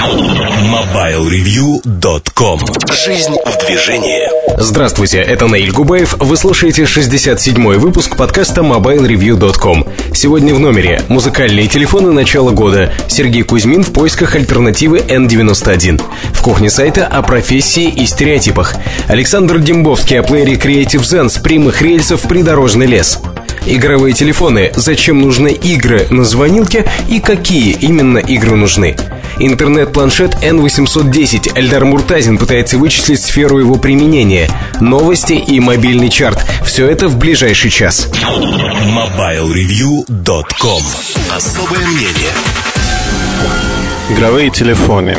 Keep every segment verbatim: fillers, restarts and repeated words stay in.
мобайл ревью точка ком. Жизнь в движении. Здравствуйте, это Наиль Губаев. Вы слушаете шестьдесят седьмой выпуск подкаста мобайл ревью точка ком. Сегодня в номере музыкальные телефоны начала года. Сергей Кузьмин в поисках альтернативы эн девяносто один. В кухне сайта о профессии и стереотипах. Александр Дембовский о плеере Creative Zen с прямых рельсов в придорожный лес. Игровые телефоны. Зачем нужны игры на звонилке и какие именно игры нужны? Интернет-планшет эн восемьсот десять. Эльдар Муртазин пытается вычислить сферу его применения. Новости и мобильный чарт. Все это в ближайший час. мобайл ревью точка ком. Особое мнение. Игровые телефоны.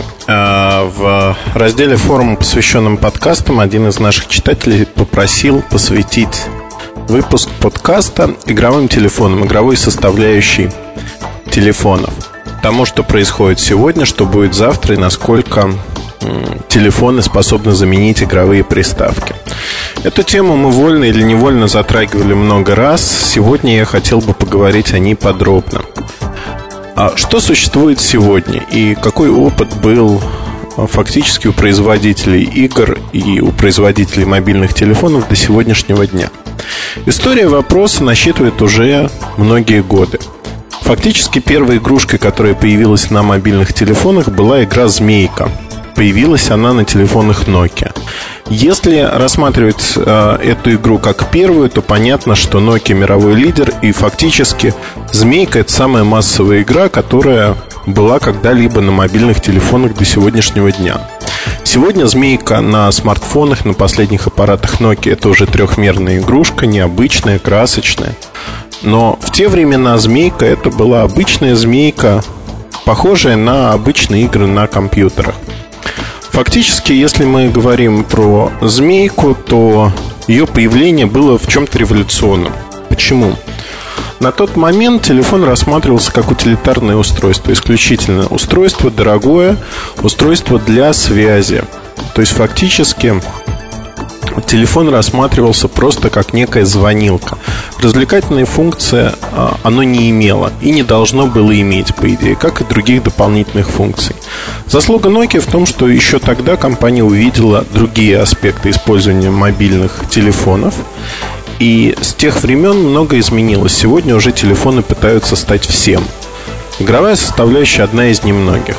В разделе форума, посвященном подкастам, один из наших читателей попросил посвятить выпуск подкаста игровым телефонам, игровой составляющей телефонов, тому, что происходит сегодня, что будет завтра и насколько телефоны способны заменить игровые приставки. Эту тему мы вольно или невольно затрагивали много раз. Сегодня я хотел бы поговорить о ней подробно. А что существует сегодня и какой опыт был фактически у производителей игр и у производителей мобильных телефонов до сегодняшнего дня? История вопроса насчитывает уже многие годы. Фактически первой игрушкой, которая появилась на мобильных телефонах, была игра «Змейка». Появилась она на телефонах Nokia. Если рассматривать э, эту игру как первую, то понятно, что Nokia мировой лидер, и фактически «Змейка» — это самая массовая игра, которая была когда-либо на мобильных телефонах до сегодняшнего дня. Сегодня «Змейка» на смартфонах, на последних аппаратах Nokia — это уже трехмерная игрушка, необычная, красочная. Но в те времена «Змейка» — это была обычная змейка, похожая на обычные игры на компьютерах. Фактически, если мы говорим про «Змейку», то ее появление было в чем-то революционным. Почему? На тот момент телефон рассматривался как утилитарное устройство, исключительно устройство дорогое, устройство для связи. То есть фактически телефон рассматривался просто как некая звонилка. Развлекательные функции оно не имело и не должно было иметь, по идее, как и других дополнительных функций. Заслуга Nokia в том, что еще тогда компания увидела другие аспекты использования мобильных телефонов. И с тех времен многое изменилось. Сегодня уже телефоны пытаются стать всем. Игровая составляющая одна из немногих.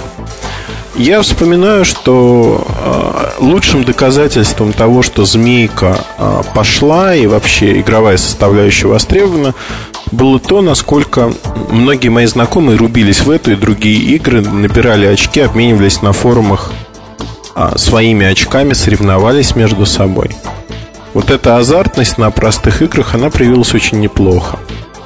Я вспоминаю, что э, лучшим доказательством того, что «Змейка» э, пошла и вообще игровая составляющая востребована, было то, насколько многие мои знакомые рубились в эту и другие игры, набирали очки, обменивались на форумах э, своими очками, соревновались между собой. Вот эта азартность на простых играх, она проявилась очень неплохо.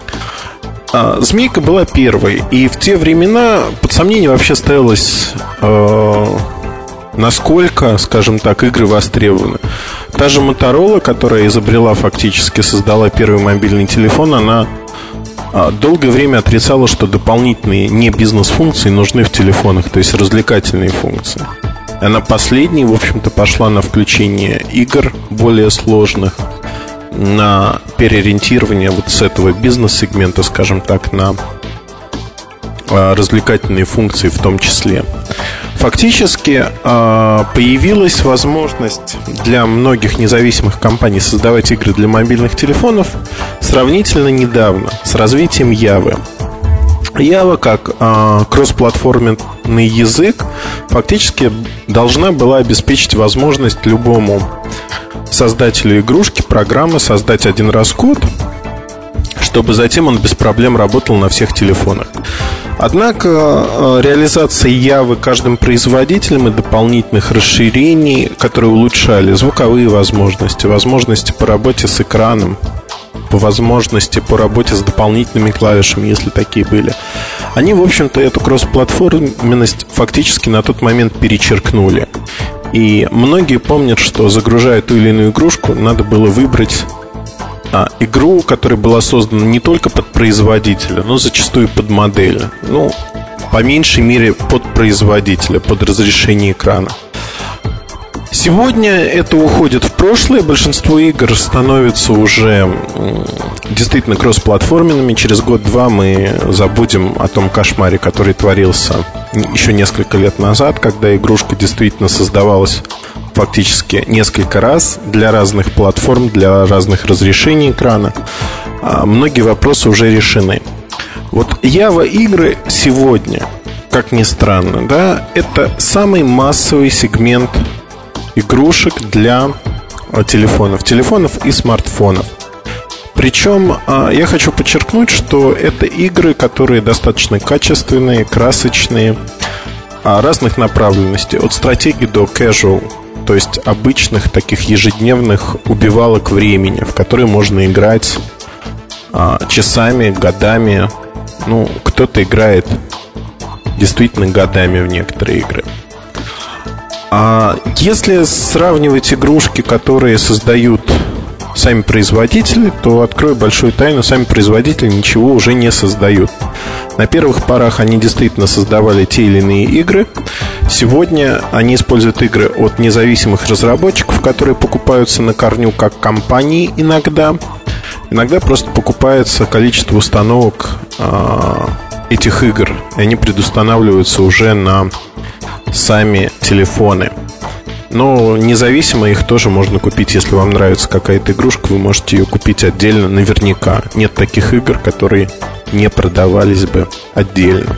«Змейка» была первой. И в те времена под сомнение вообще ставилось, э, насколько, скажем так, игры востребованы. Та же Motorola, которая изобрела, фактически создала первый мобильный телефон, она э, долгое время отрицала, что дополнительные не бизнес-функции нужны в телефонах, то есть развлекательные функции. Она последней, в общем-то, пошла на включение игр более сложных, на переориентирование вот с этого бизнес-сегмента, скажем так, на развлекательные функции в том числе. Фактически появилась возможность для многих независимых компаний создавать игры для мобильных телефонов сравнительно недавно, с развитием Явы. Java, как э, кроссплатформенный язык, фактически должна была обеспечить возможность любому создателю игрушки, программы создать один раз код, чтобы затем он без проблем работал на всех телефонах. Однако э, реализация Java каждым производителем и дополнительных расширений, которые улучшали звуковые возможности, возможности по работе с экраном, по возможности по работе с дополнительными клавишами, если такие были, они, в общем-то, эту кроссплатформенность фактически на тот момент перечеркнули. И многие помнят, что, загружая ту или иную игрушку, надо было выбрать а, игру, которая была создана не только под производителя, но зачастую под модель. Ну, по меньшей мере, под производителя, под разрешение экрана. Сегодня это уходит в прошлое. Большинство игр становятся уже действительно кроссплатформенными. Через год-два мы забудем о том кошмаре, который творился еще несколько лет назад, когда игрушка действительно создавалась фактически несколько раз для разных платформ, для разных разрешений экрана. Многие вопросы уже решены. Вот Java игры сегодня, как ни странно, да, это самый массовый сегмент игрушек для телефонов, телефонов и смартфонов. Причем я хочу подчеркнуть, что это игры, которые достаточно качественные, красочные, разных направленностей, от стратегии до casual, то есть обычных таких ежедневных убивалок времени, в которые можно играть часами, годами. Ну, кто-то играет действительно годами в некоторые игры. А если сравнивать игрушки, которые создают сами производители, то, открою большую тайну, сами производители ничего уже не создают. На первых порах они действительно создавали те или иные игры. Сегодня они используют игры от независимых разработчиков, которые покупаются на корню как компании иногда. Иногда просто покупается количество установок э, этих игр, и они предустанавливаются уже на сами телефоны. Но независимо их тоже можно купить. Если вам нравится какая-то игрушка, вы можете ее купить отдельно наверняка. Нет таких игр, которые не продавались бы отдельно.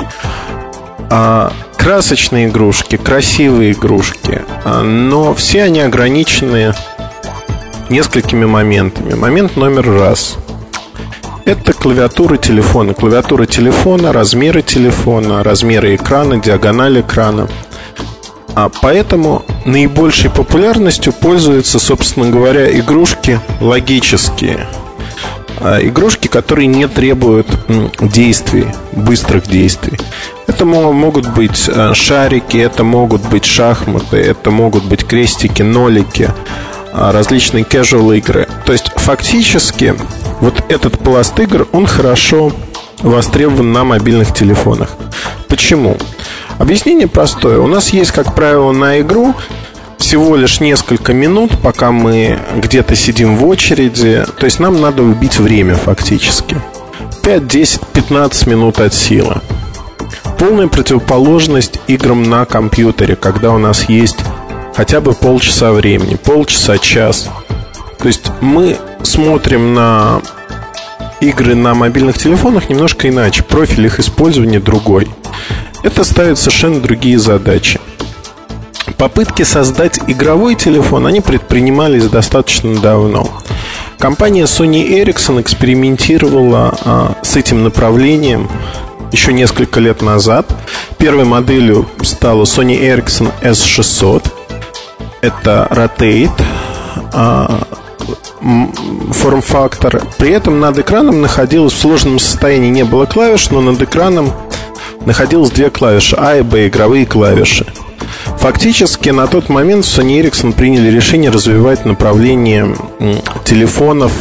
а, Красочные игрушки, красивые игрушки, а, но все они ограничены несколькими моментами. Момент номер раз — это клавиатура телефона. Клавиатура телефона, размеры телефона, размеры экрана, диагональ экрана. А поэтому наибольшей популярностью пользуются, собственно говоря, игрушки логические. Игрушки, которые не требуют действий, быстрых действий. Это могут быть шарики, это могут быть шахматы, это могут быть крестики, нолики, различные casual игры. То есть фактически вот этот пласт игр, он хорошо востребован на мобильных телефонах. Почему? Объяснение простое. У нас есть, как правило, на игру всего лишь несколько минут, пока мы где-то сидим в очереди. То есть нам надо убить время фактически. пять, десять, пятнадцать минут от силы. Полная противоположность играм на компьютере, когда у нас есть хотя бы полчаса времени, полчаса, час. То есть мы смотрим на игры на мобильных телефонах немножко иначе. Профиль их использования другой. Это ставит совершенно другие задачи. Попытки создать игровой телефон, они предпринимались достаточно давно. Компания Sony Ericsson экспериментировала а, с этим направлением еще несколько лет назад. Первой моделью стала Sony Ericsson эс шестьсот. Это Rotate а, форм-фактор. При этом над экраном находилось, в сложном состоянии не было клавиш, но над экраном находилось две клавиши А и Б, игровые клавиши. Фактически на тот момент Sony Ericsson приняли решение развивать направление телефонов,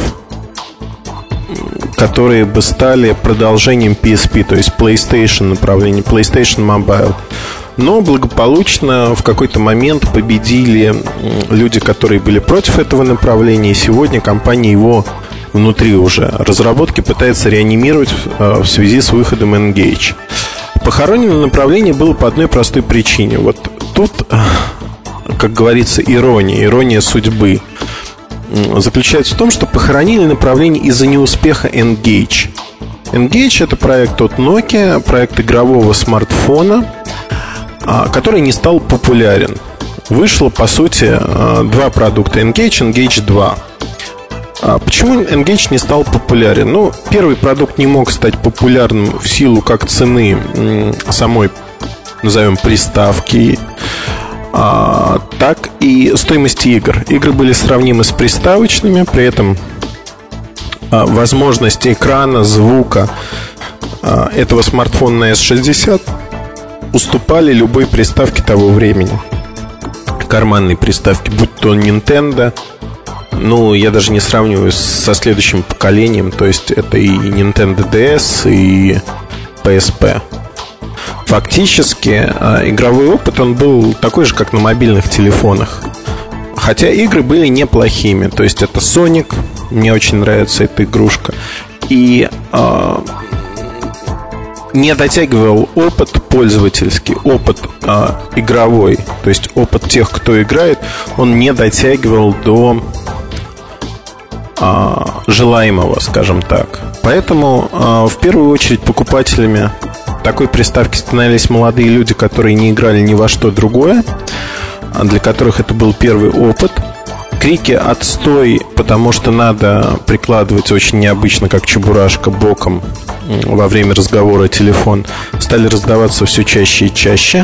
которые бы стали продолжением пи эс пи, то есть PlayStation направление, PlayStation Mobile. Но благополучно в какой-то момент победили люди, которые были против этого направления. И сегодня компания его внутри уже разработки пытается реанимировать в связи с выходом Engage. Похоронено направление было по одной простой причине. Вот тут, как говорится, ирония, ирония судьбы заключается в том, что похоронили направление из-за неуспеха Engage. Engage — это проект от Nokia, проект игрового смартфона, который не стал популярен. Вышло, по сути, два продукта: Engage, Engage два. Почему Engage не стал популярен? Ну, первый продукт не мог стать популярным в силу как цены самой, назовем, приставки, а, так и стоимости игр. Игры были сравнимы с приставочными, при этом а, возможности экрана, звука а, этого смартфона на эс шестьдесят уступали любой приставке того времени. Карманной приставке, будь то Nintendo. Ну, я даже не сравниваю со следующим поколением. То есть это и Nintendo ди эс, и пи эс пи. Фактически игровой опыт, он был такой же, как на мобильных телефонах. Хотя игры были неплохими. То есть это Sonic, мне очень нравится эта игрушка. И э, не дотягивал опыт пользовательский, опыт э, игровой, то есть опыт тех, кто играет, он не дотягивал до э, желаемого, скажем так. Поэтому э, в первую очередь покупателями такой приставки становились молодые люди, которые не играли ни во что другое, для которых это был первый опыт. Крики «отстой», потому что надо прикладывать очень необычно, как чебурашка, боком во время разговора телефон, стали раздаваться все чаще и чаще.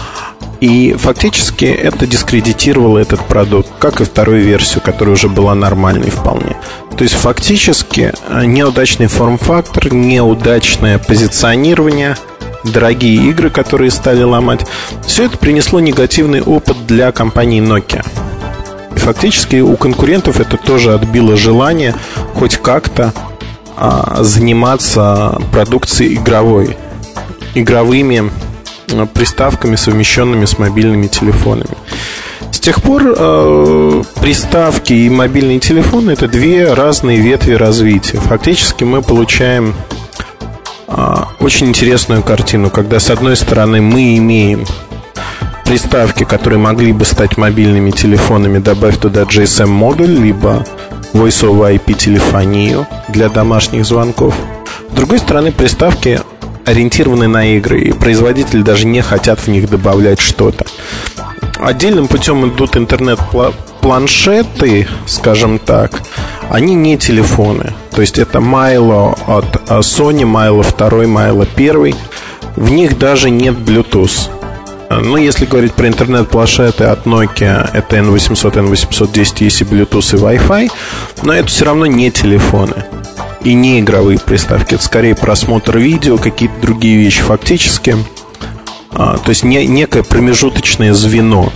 И фактически это дискредитировало этот продукт, как и вторую версию, которая уже была нормальной вполне. То есть фактически неудачный форм-фактор, неудачное позиционирование, дорогие игры, которые стали ломать, все это принесло негативный опыт для компании Nokia. И фактически у конкурентов это тоже отбило желание хоть как-то а, заниматься продукцией игровой, игровыми а, приставками, совмещенными с мобильными телефонами. С тех пор э, приставки и мобильные телефоны — это две разные ветви развития. Фактически мы получаем э, очень интересную картину, когда с одной стороны мы имеем приставки, которые могли бы стать мобильными телефонами, добавь туда джи эс эм-модуль, либо Voice over ай пи телефонию для домашних звонков. С другой стороны, приставки ориентированы на игры, и производители даже не хотят в них добавлять что-то. Отдельным путем идут интернет-планшеты, скажем так. Они не телефоны. То есть это Milo от Sony, Milo два, Milo один. В них даже нет Bluetooth. Ну, если говорить про интернет-планшеты от Nokia, это эн восемьсот, эн восемьсот десять, есть и Bluetooth, и Wi-Fi. Но это все равно не телефоны и не игровые приставки. Это скорее просмотр видео, какие-то другие вещи. Фактически, а, то есть не, некое промежуточное звено.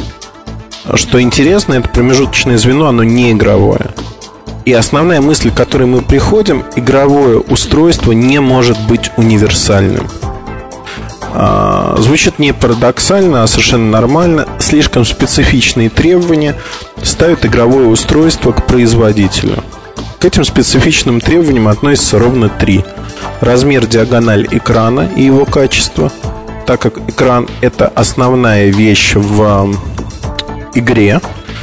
Что интересно, это промежуточное звено, оно не игровое. И основная мысль, к которой мы приходим: игровое устройство не может быть универсальным. а, Звучит не парадоксально, а совершенно нормально. Слишком специфичные требования ставят игровое устройство к производителю. К этим специфичным требованиям относятся ровно три: размер, диагональ экрана и его качество, так как экран — это основная вещь в игре.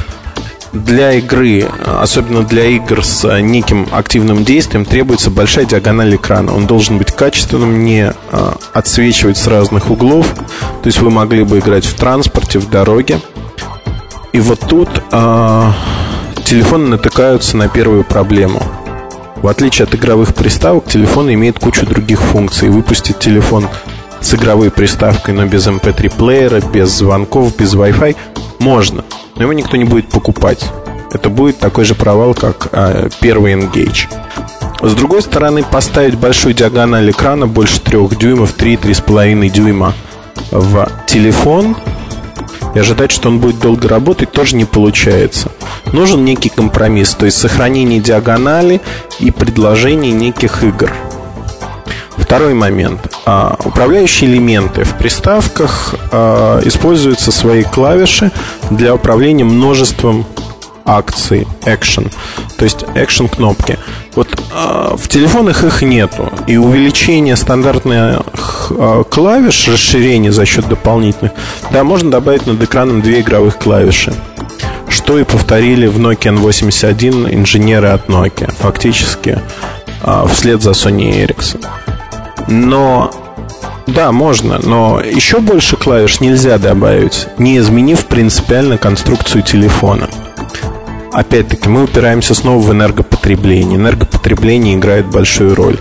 Для игры, особенно для игр с неким активным действием, требуется большая диагональ экрана. Он должен быть качественным, не отсвечивать с разных углов. То есть вы могли бы играть в транспорте, в дороге. И вот тут а, телефоны натыкаются на первую проблему. В отличие от игровых приставок, телефон имеет кучу других функций. Выпустить телефон с игровой приставкой, но без эм пэ три плеера, без звонков, без Wi-Fi можно, но его никто не будет покупать. Это будет такой же провал, как э, первый Engage. С другой стороны, поставить большую диагональ экрана больше трех дюймов, три-три с половиной дюйма в телефон и ожидать, что он будет долго работать, тоже не получается. Нужен некий компромисс, то есть сохранение диагонали и предложение неких игр. Второй момент. А, управляющие элементы в приставках а, используются свои клавиши для управления множеством акций, action, то есть action кнопки. Вот а, в телефонах их нету. И увеличение стандартных а, клавиш, расширение за счет дополнительных, да, можно добавить над экраном две игровых клавиши, что и повторили в Nokia эн восемьдесят один инженеры от Nokia, фактически а, вслед за Sony Ericsson. Но, да, можно, но еще больше клавиш нельзя добавить, не изменив принципиально конструкцию телефона. Опять-таки, мы упираемся снова в энергопотребление. Энергопотребление играет большую роль.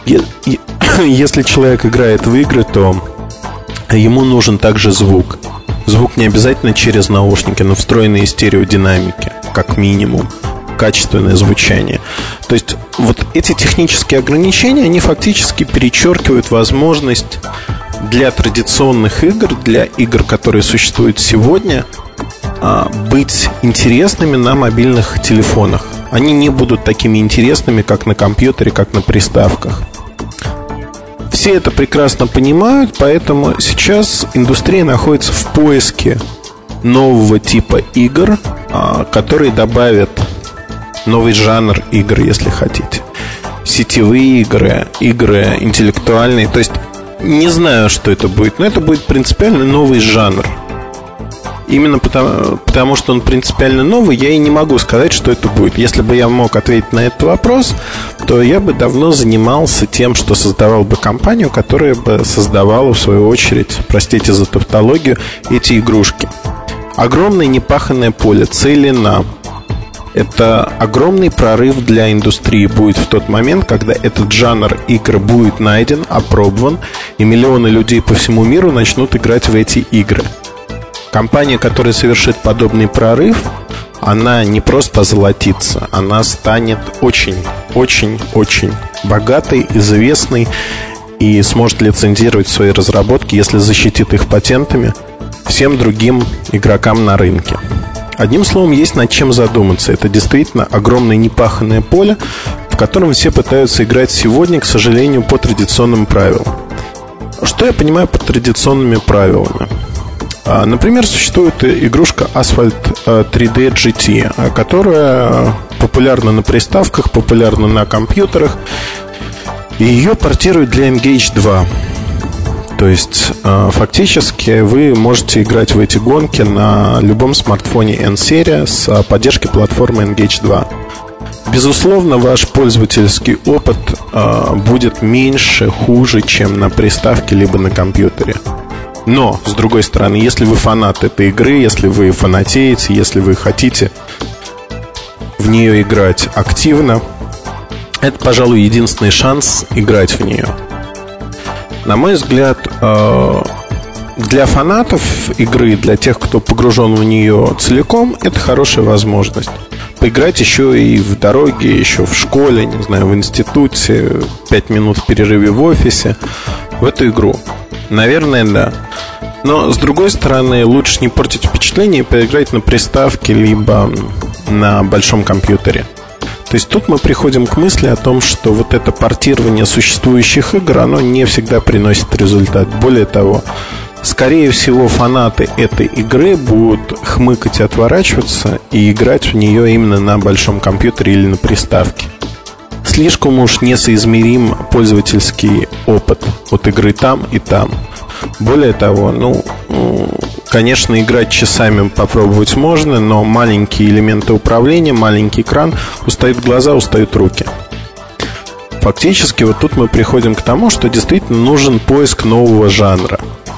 Если человек играет в игры, то ему нужен также звук. Звук не обязательно через наушники, но встроенные стереодинамики, как минимум. Качественное звучание. То есть вот эти технические ограничения, они фактически перечеркивают возможность для традиционных игр, для игр, которые существуют сегодня, быть интересными на мобильных телефонах. Они не будут такими интересными, как на компьютере, как на приставках. Все это прекрасно понимают, поэтому сейчас индустрия находится в поиске нового типа игр, которые добавят новый жанр игр, если хотите. Сетевые игры, игры интеллектуальные. То есть не знаю, что это будет, но это будет принципиально новый жанр. Именно потому, потому что он принципиально новый, я и не могу сказать, что это будет. Если бы я мог ответить на этот вопрос, то я бы давно занимался тем, что создавал бы компанию, которая бы создавала, в свою очередь, простите за тавтологию, эти игрушки. Огромное непаханное поле, целина. Это огромный прорыв для индустрии будет в тот момент, когда этот жанр игр будет найден, опробован, и миллионы людей по всему миру начнут играть в эти игры. Компания, которая совершит подобный прорыв, она не просто озолотится, она станет очень-очень-очень богатой, известной и сможет лицензировать свои разработки, если защитит их патентами, всем другим игрокам на рынке. Одним словом, есть над чем задуматься. Это действительно огромное непаханное поле, в котором все пытаются играть сегодня, к сожалению, по традиционным правилам. Что я понимаю под традиционными правилами? Например, существует игрушка Asphalt три дэ джи ти, которая популярна на приставках, популярна на компьютерах, и ее портируют для Engage два. То есть, фактически, вы можете играть в эти гонки на любом смартфоне N-серия с поддержкой платформы Engage два. Безусловно, ваш пользовательский опыт будет меньше, хуже, чем на приставке либо на компьютере. Но, с другой стороны, если вы фанат этой игры, если вы фанатеете, если вы хотите в нее играть активно, это, пожалуй, единственный шанс играть в нее. На мой взгляд, для фанатов игры, для тех, кто погружен в нее целиком, это хорошая возможность. Поиграть еще и в дороге, еще в школе, не знаю, в институте, пять минут в перерыве в офисе, в эту игру. Наверное, да. Но, с другой стороны, лучше не портить впечатление и поиграть на приставке либо на большом компьютере. То есть тут мы приходим к мысли о том, что вот это портирование существующих игр, оно не всегда приносит результат. Более того, скорее всего, фанаты этой игры будут хмыкать и отворачиваться и играть в нее именно на большом компьютере или на приставке. Слишком уж несоизмерим пользовательский опыт от игры там и там. Более того, ну, конечно, играть часами попробовать можно, но маленькие элементы управления, маленький экран, устают глаза, устают руки. Фактически вот тут мы приходим к тому, что действительно нужен поиск нового жанра.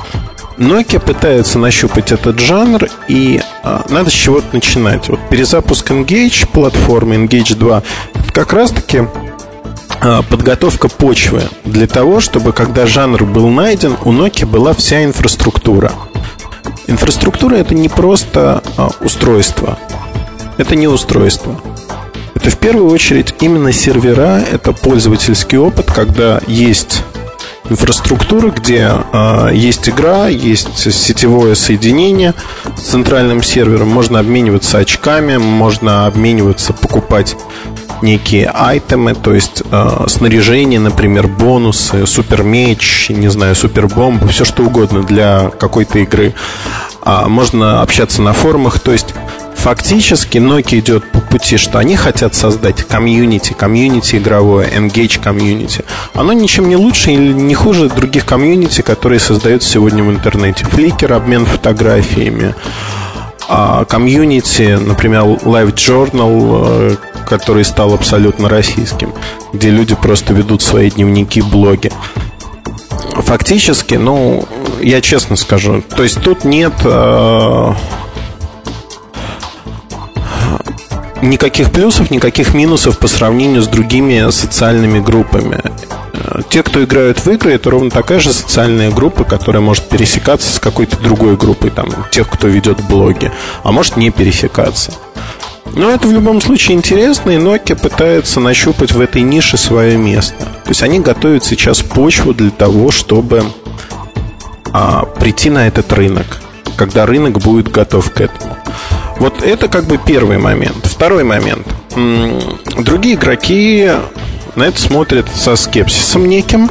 Nokia пытается нащупать этот жанр, и а, надо с чего-то начинать. Вот перезапуск Engage платформы Engage два — это как раз-таки а, подготовка почвы для того, чтобы, когда жанр был найден, у Nokia была вся инфраструктура. Инфраструктура — это не просто а, устройство. Это не устройство. Это в первую очередь именно сервера, это пользовательский опыт, когда есть инфраструктура, где э, есть игра, есть сетевое соединение с центральным сервером, можно обмениваться очками, можно обмениваться, покупать некие айтемы, то есть э, снаряжение, например, бонусы, супермеч, не знаю, супербомбу, все что угодно для какой-то игры. А можно общаться на форумах, то есть фактически Nokia идет по пути, что они хотят создать комьюнити, комьюнити игровое, Engage комьюнити. Оно ничем не лучше или не хуже других комьюнити, которые создаются сегодня в интернете. Flickr, обмен фотографиями, комьюнити, например, Live Journal, который стал абсолютно российским, где люди просто ведут свои дневники, блоги. Фактически, ну, я честно скажу, то есть тут нет никаких плюсов, никаких минусов по сравнению с другими социальными группами. Те, кто играют в игры, это ровно такая же социальная группа, которая может пересекаться с какой-то другой группой, там, тех, кто ведет блоги, а может не пересекаться. Но это в любом случае интересно, и Nokia пытается нащупать в этой нише свое место. То есть они готовят сейчас почву для того, чтобы а, прийти на этот рынок, когда рынок будет готов к этому. Вот это как бы первый момент. Второй момент. Другие игроки на это смотрят со скепсисом неким.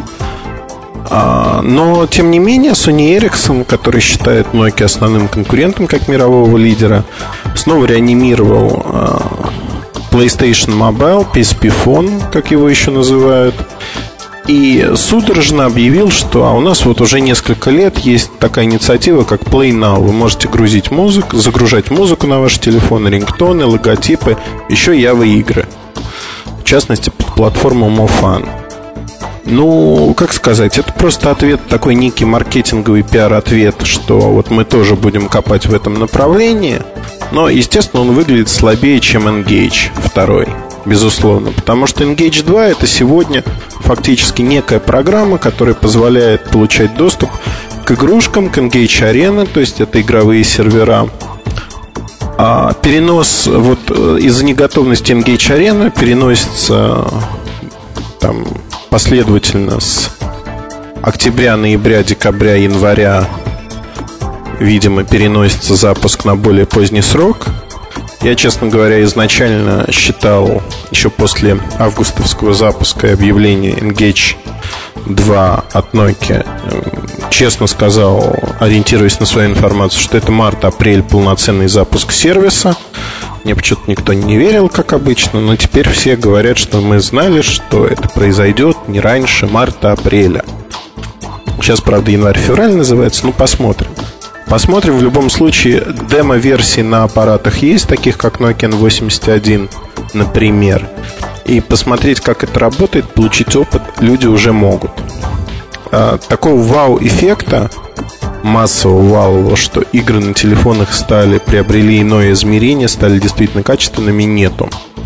Но, тем не менее, Sony Ericsson, который считает Nokia основным конкурентом как мирового лидера, снова реанимировал PlayStation Mobile, пи эс пи Phone, как его еще называют. и судорожно объявил, что а у нас вот уже несколько лет есть такая инициатива, как Play Now. Вы можете грузить музыку, загружать музыку на ваши телефоны, рингтоны, логотипы, еще Java-игры. В частности, под платформу MoFun. Ну, как сказать, это просто ответ, такой некий маркетинговый пиар-ответ, что вот мы тоже будем копать в этом направлении. Но, естественно, он выглядит слабее, чем Engage второй, безусловно. Потому что Engage два — это сегодня фактически некая программа, которая позволяет получать доступ к игрушкам, к Engage Arena, то есть это игровые сервера. А перенос, вот из-за неготовности Engage Arena переносится там последовательно с октября, ноября, декабря, января, видимо, переносится запуск на более поздний срок. Я, честно говоря, изначально считал, еще после августовского запуска и объявления Engage два от Nokia, честно сказал, ориентируясь на свою информацию, что это март-апрель, полноценный запуск сервиса. Мне почему-то никто не верил, как обычно, но теперь все говорят, что мы знали, что это произойдет не раньше марта-апреля. Сейчас, правда, январь-февраль называется, ну посмотрим. Посмотрим, в любом случае, демо-версии на аппаратах есть, таких как Nokia эн восемьдесят один, например. И посмотреть, как это работает, получить опыт люди уже могут. а, Такого вау-эффекта, массового вау, что игры на телефонах стали, приобрели иное измерение, стали действительно качественными, нету.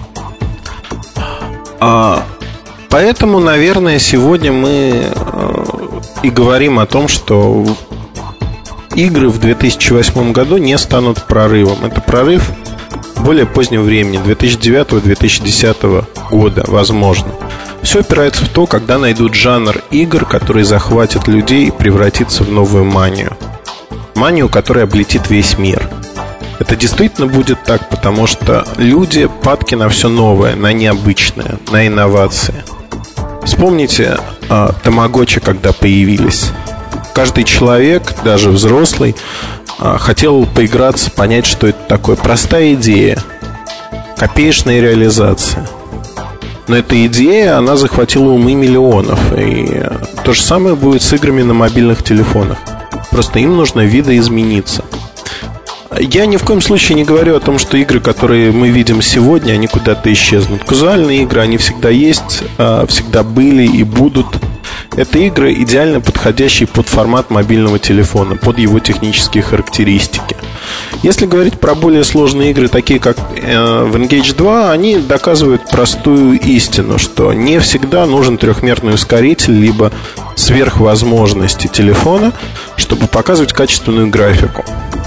а, Поэтому, наверное, сегодня мы а, и говорим о том, что игры в две тысячи восьмом году не станут прорывом. Это прорыв более позднего времени, две тысячи девятого - две тысячи десятого года, возможно. Все опирается в то, когда найдут жанр игр, который захватит людей и превратится в новую манию. Манию, которая облетит весь мир. Это действительно будет так, потому что люди падки на все новое, на необычное, на инновации. Вспомните а, тамагочи, когда появились. Каждый человек, даже взрослый, хотел поиграться, понять, что это такое. Простая идея, копеечная реализация. Но эта идея, она захватила умы миллионов. И то же самое будет с играми на мобильных телефонах. Просто им нужно видоизмениться. Я ни в коем случае не говорю о том, что игры, которые мы видим сегодня, они куда-то исчезнут. Казуальные игры, они всегда есть, всегда были и будут. Это игры, идеально подходящие под формат мобильного телефона, под его технические характеристики. Если говорить про более сложные игры, такие как э, в Engage два, они доказывают простую истину, что не всегда нужен трехмерный ускоритель, либо сверхвозможности телефона, чтобы показывать качественную графику.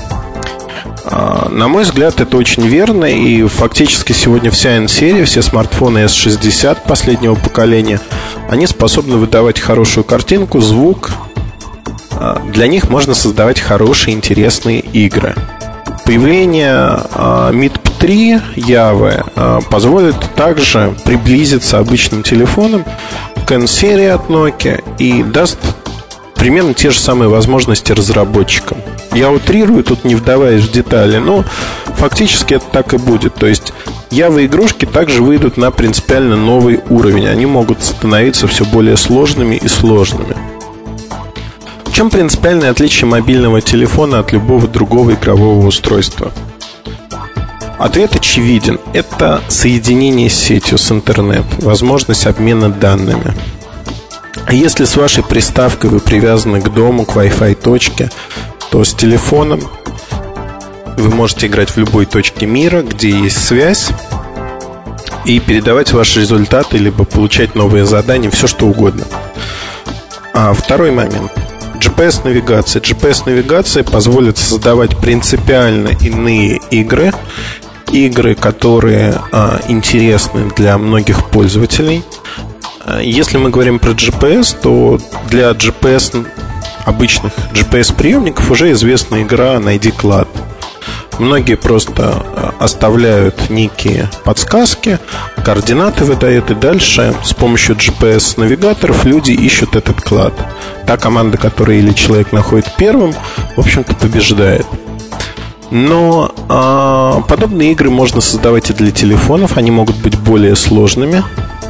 На мой взгляд, это очень верно. И фактически сегодня вся N-серия, все смартфоны эс шестьдесят последнего поколения, они способны выдавать хорошую картинку, звук. Для них можно создавать хорошие, интересные игры. Появление Мид пи три Java позволит также приблизиться обычным телефонам к N-серии от Nokia и даст примерно те же самые возможности разработчикам. Я утрирую, тут не вдаваясь в детали, но фактически это так и будет. То есть Java-игрушки также выйдут на принципиально новый уровень. Они могут становиться все более сложными и сложными. В чем принципиальное отличие мобильного телефона от любого другого игрового устройства? Ответ очевиден. Это соединение с сетью, с интернет, возможность обмена данными. Если с вашей приставкой вы привязаны к дому, к Wi-Fi точке, то с телефоном вы можете играть в любой точке мира, где есть связь, и передавать ваши результаты, либо получать новые задания, все что угодно. А второй момент. джи пи эс-навигация. джи пи эс-навигация позволит создавать принципиально иные игры. Игры, которые а, интересны для многих пользователей. Если мы говорим про джи пи эс, то для джи пи эс, обычных джи пи эс-приемников уже известна игра «Найди клад». Многие просто оставляют некие подсказки, координаты выдают, и дальше с помощью джи пи эс-навигаторов люди ищут этот клад. Та команда, которая или человек находит первым, в общем-то побеждает. Но а, подобные игры можно создавать и для телефонов. Они могут быть более сложными.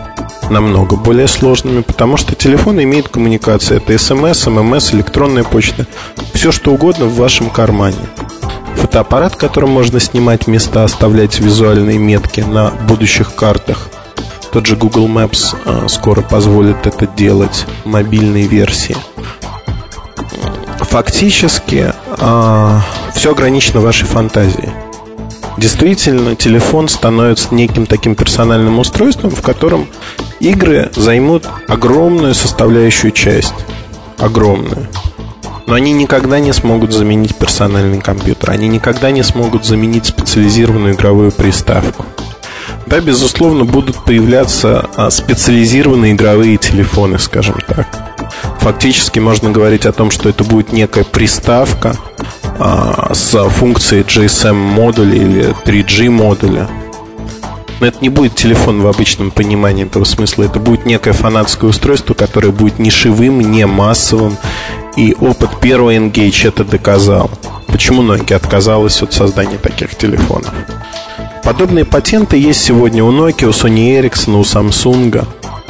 намного более сложными, потому что телефон имеет коммуникации. Это смс, ммс, электронная почта, все что угодно в вашем кармане. Фотоаппарат, которым можно снимать места, оставлять визуальные метки на будущих картах. Тот же Google Maps а, скоро позволит это делать в мобильной версии. Фактически а, все ограничено вашей фантазией. Действительно, телефон становится неким таким персональным устройством, в котором игры займут огромную составляющую часть. Огромную. Но они никогда не смогут заменить персональный компьютер. Они никогда не смогут заменить специализированную игровую приставку. Да, безусловно, будут появляться специализированные игровые телефоны, скажем так. Фактически можно говорить о том, что это будет некая приставка а, с функцией джи эс эм-модуля или три джи-модуля. Но это не будет телефон в обычном понимании этого смысла. Это будет некое фанатское устройство, которое будет нишевым, не массовым. И опыт первого Engage это доказал. Почему Nokia отказалась от создания таких телефонов? Подобные патенты есть сегодня у Nokia, у Sony Ericsson, у Samsung.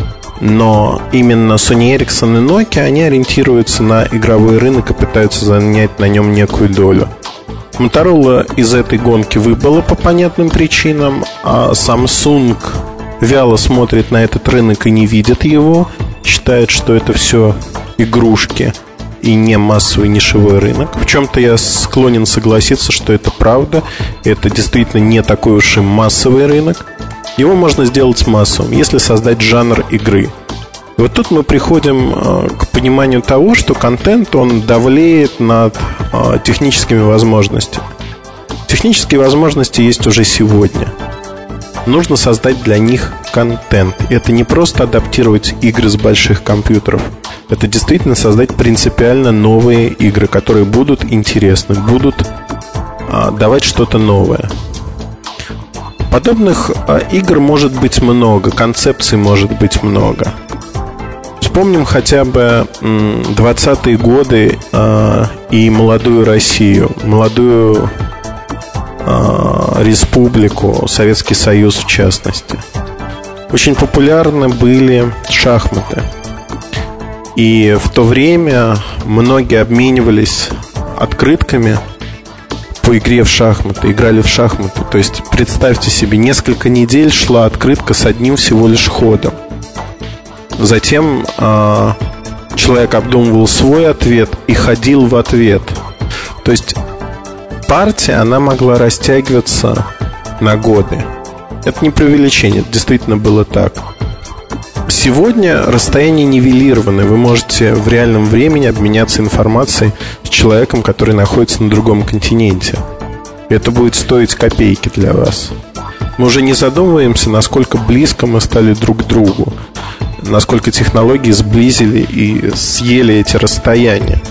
Но именно Sony Ericsson и Nokia, они ориентируются на игровой рынок и пытаются занять на нем некую долю. Motorola из этой гонки выбыла по понятным причинам, а Samsung вяло смотрит на этот рынок и не видит его, считает, что это все игрушки и не массовый нишевой рынок. В чем-то я склонен согласиться, что это правда. Это действительно не такой уж и массовый рынок. Его можно сделать массовым, если создать жанр игры. И вот тут мы приходим э, к пониманию того, что контент, он давлеет над э, техническими возможностями. Технические возможности есть уже сегодня. Нужно создать для них контент. Это не просто адаптировать игры с больших компьютеров. Это действительно создать принципиально новые игры, которые будут интересны, будут а, давать что-то новое. Подобных а, игр может быть много, концепций может быть много. Вспомним хотя бы м, двадцатые годы а, и молодую Россию, молодую а, республику, Советский Союз в частности. Очень популярны были шахматы. И в то время многие обменивались открытками по игре в шахматы, играли в шахматы. То есть представьте себе, несколько недель шла открытка с одним всего лишь ходом. Затем э, человек обдумывал свой ответ и ходил в ответ. То есть партия, она могла растягиваться на годы. Это не преувеличение, это действительно было так. Сегодня расстояние нивелировано. Вы можете в реальном времени обменяться информацией с человеком, который находится на другом континенте. Это будет стоить копейки для вас. Мы уже не задумываемся, насколько близко мы стали друг к другу, насколько технологии сблизили и съели эти расстояния.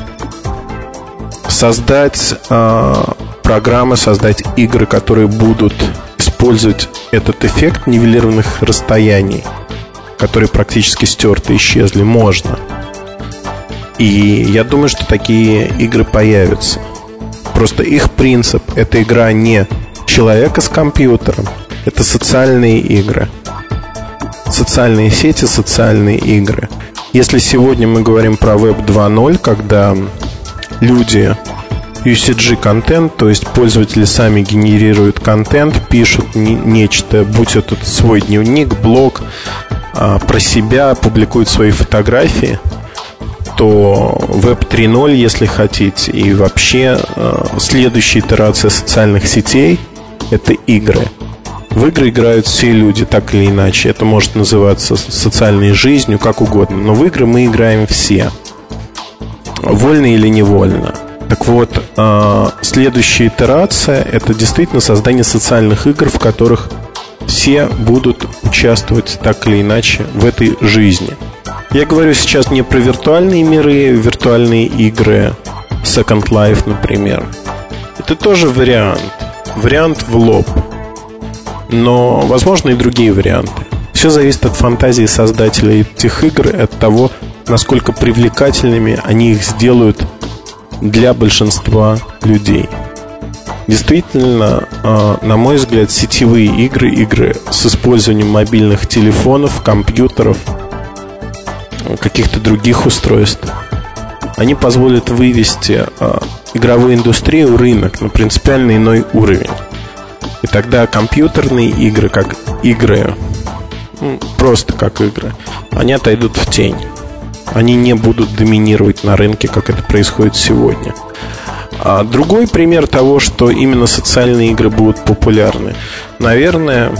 Создать э, программы, создать игры, которые будут использовать этот эффект нивелированных расстояний, которые практически стерты, исчезли, можно. И я думаю, что такие игры появятся. Просто их принцип — это игра не человека с компьютером, это социальные игры. Социальные сети, социальные игры. Если сегодня мы говорим про веб два ноль, когда люди ю си джи-контент, то есть пользователи сами генерируют контент, пишут нечто, будь это свой дневник, блог, про себя, публикуют свои фотографии, то веб три ноль, если хотите, и вообще следующая итерация социальных сетей — это игры. В игры играют все люди, так или иначе. Это может называться социальной жизнью, как угодно. Но в игры мы играем все, вольно или невольно. Так вот, следующая итерация — это действительно создание социальных игр, в которых все будут участвовать так или иначе в этой жизни. Я говорю сейчас не про виртуальные миры, виртуальные игры, Second Life, например. Это тоже вариант. Вариант в лоб. Но возможны и другие варианты. Все зависит от фантазии создателей этих игр, от того, насколько привлекательными они их сделают для большинства людей. Действительно, на мой взгляд, сетевые игры, игры с использованием мобильных телефонов, компьютеров, каких-то других устройств, они позволят вывести игровую индустрию, рынок на принципиально иной уровень. И тогда компьютерные игры, как игры, просто как игры, они отойдут в тень. Они не будут доминировать на рынке, как это происходит сегодня. А другой пример того, что именно социальные игры будут популярны, наверное,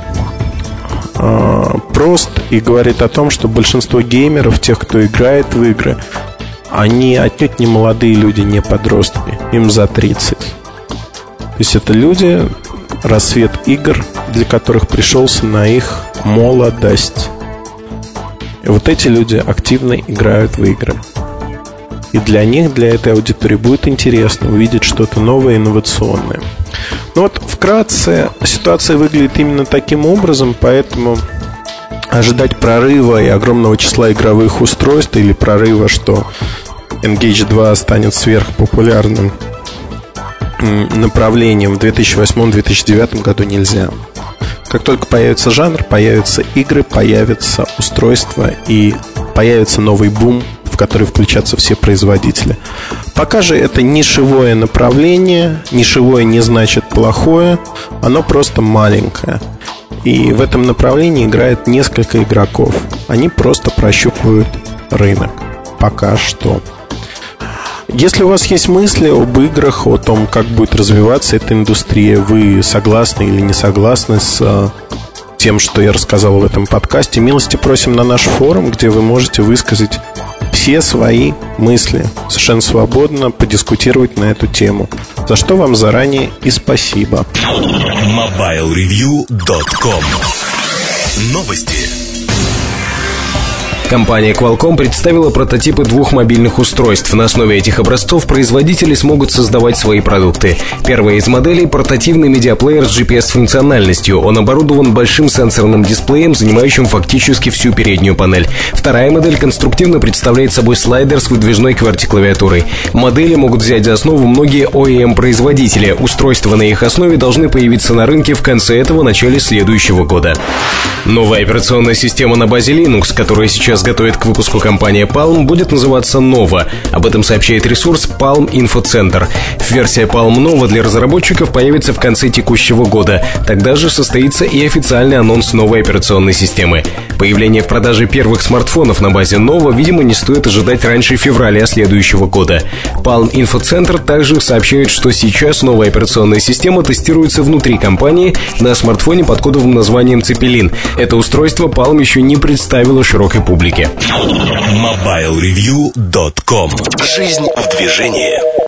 прост и говорит о том, что большинство геймеров, тех, кто играет в игры, они отнюдь не молодые люди, не подростки, им за тридцать. То есть это люди, рассвет игр, для которых пришелся на их молодость. И вот эти люди активно играют в игры. И для них, для этой аудитории будет интересно увидеть что-то новое, инновационное. Ну вот, вкратце, ситуация выглядит именно таким образом, поэтому ожидать прорыва и огромного числа игровых устройств или прорыва, что Engage два станет сверхпопулярным направлением в две тысячи восьмом - две тысячи девятом году нельзя. Как только появится жанр, появятся игры, появятся устройства и появится новый бум, в который включатся все производители. Пока же это нишевое направление. Нишевое не значит плохое, оно просто маленькое. И в этом направлении играет несколько игроков. Они просто прощупывают рынок. Пока что. Если у вас есть мысли об играх, о том, как будет развиваться эта индустрия, вы согласны или не согласны с тем, что я рассказал в этом подкасте, милости просим на наш форум, где вы можете высказать все свои мысли, совершенно свободно подискутировать на эту тему. За что вам заранее и спасибо. мобайл ревью точка ком. Новости. Компания Qualcomm представила прототипы двух мобильных устройств. На основе этих образцов производители смогут создавать свои продукты. Первая из моделей — портативный медиаплеер с джи пи эс-функциональностью. Он оборудован большим сенсорным дисплеем, занимающим фактически всю переднюю панель. Вторая модель конструктивно представляет собой слайдер с выдвижной QWERTY-клавиатурой. Модели могут взять за основу многие о и эм-производители. Устройства на их основе должны появиться на рынке в конце этого — начале следующего года. Новая операционная система на базе Linux, которая сейчас готовит к выпуску компания Palm, будет называться Nova. Об этом сообщает ресурс Palm Info Center. Версия Palm Nova для разработчиков появится в конце текущего года. Тогда же состоится и официальный анонс новой операционной системы. Появление в продаже первых смартфонов на базе Nova, видимо, не стоит ожидать раньше февраля следующего года. Palm Info Center также сообщает, что сейчас новая операционная система тестируется внутри компании на смартфоне под кодовым названием Цепелин. Это устройство Palm еще не представило широкой публике. мобайл ревью точка ком. Жизнь в движении.